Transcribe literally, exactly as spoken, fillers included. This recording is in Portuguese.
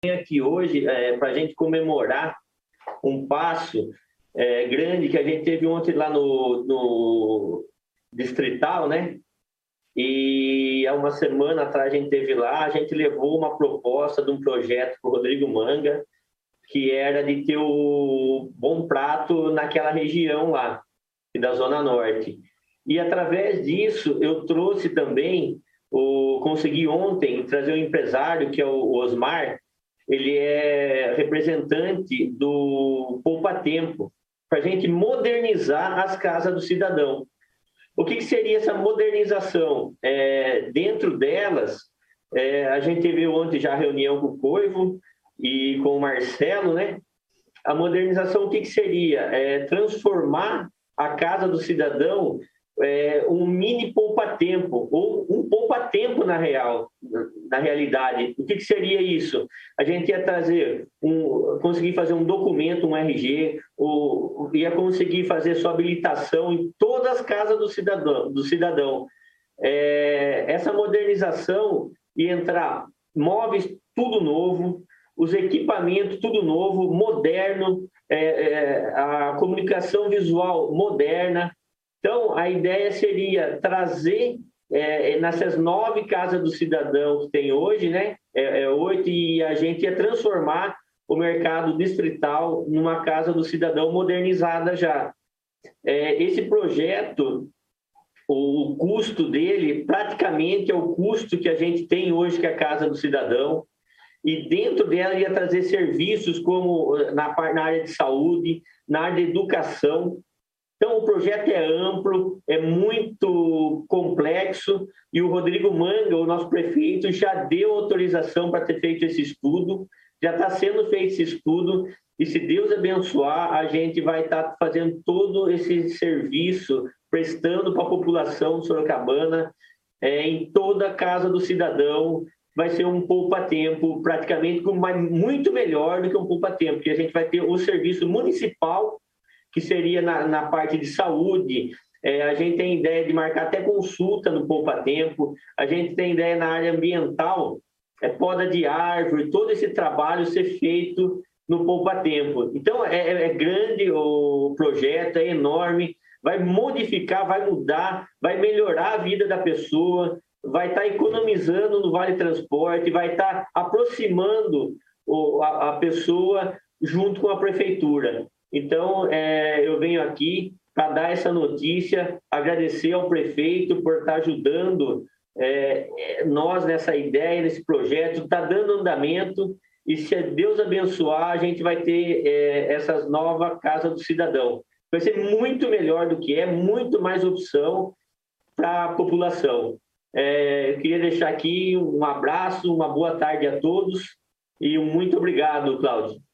Aqui hoje é, para a gente comemorar um passo é, grande que a gente teve ontem lá no, no Distrital, né? E há uma semana atrás a gente teve lá, a gente levou uma proposta de um projeto para o Rodrigo Manga, que era de ter o Bom Prato naquela região lá, da Zona Norte. E através disso eu trouxe também, o, consegui ontem trazer um empresário, que é o Osmar. Ele é representante do Poupa Tempo, para a gente modernizar as casas do cidadão. O que, que seria essa modernização? É, dentro delas, é, a gente teve ontem já a reunião com o Coivo e com o Marcelo, né? A modernização, o que, que seria? É, transformar a casa do cidadão é, um mini poupa-tempo, ou um poupa-tempo na real, na realidade. O que, que seria isso? A gente ia trazer, um, conseguir fazer um documento, um R G, ou, ia conseguir fazer sua habilitação em todas as casas do cidadão. Do cidadão. É, essa modernização ia entrar móveis, tudo novo, os equipamentos, tudo novo, moderno, é, é, a comunicação visual moderna. Então, a ideia seria trazer, é, nessas nove casas do cidadão que tem hoje, né, é, é oito, e a gente ia transformar o mercado distrital numa casa do cidadão modernizada já. É, esse projeto, o, o custo dele praticamente é o custo que a gente tem hoje, que é a Casa do Cidadão, e dentro dela ia trazer serviços como na, na área de saúde, na área de educação. Então, o projeto é amplo, é muito complexo, e o Rodrigo Manga, o nosso prefeito, já deu autorização para ter feito esse estudo, já está sendo feito esse estudo, e se Deus abençoar, a gente vai estar tá fazendo todo esse serviço, prestando para a população sorocabana, é, em toda a casa do cidadão. Vai ser um poupa-tempo, praticamente muito melhor do que um poupa-tempo, porque a gente vai ter o serviço municipal, que seria na, na parte de saúde. É, a gente tem ideia de marcar até consulta no poupa-tempo, a gente tem ideia na área ambiental, é, poda de árvore, todo esse trabalho ser feito no poupa-tempo. Então, é, é grande o projeto, é enorme, vai modificar, vai mudar, vai melhorar a vida da pessoa, vai estar economizando no Vale Transporte, vai estar aproximando o, a, a pessoa junto com a prefeitura. Então, é, eu venho aqui para dar essa notícia, agradecer ao prefeito por estar ajudando é, nós nessa ideia, nesse projeto, está dando andamento, e se Deus abençoar, a gente vai ter é, essas novas casas do cidadão. Vai ser muito melhor do que é, muito mais opção para a população. É, eu queria deixar aqui um abraço, uma boa tarde a todos, e um muito obrigado, Cláudio.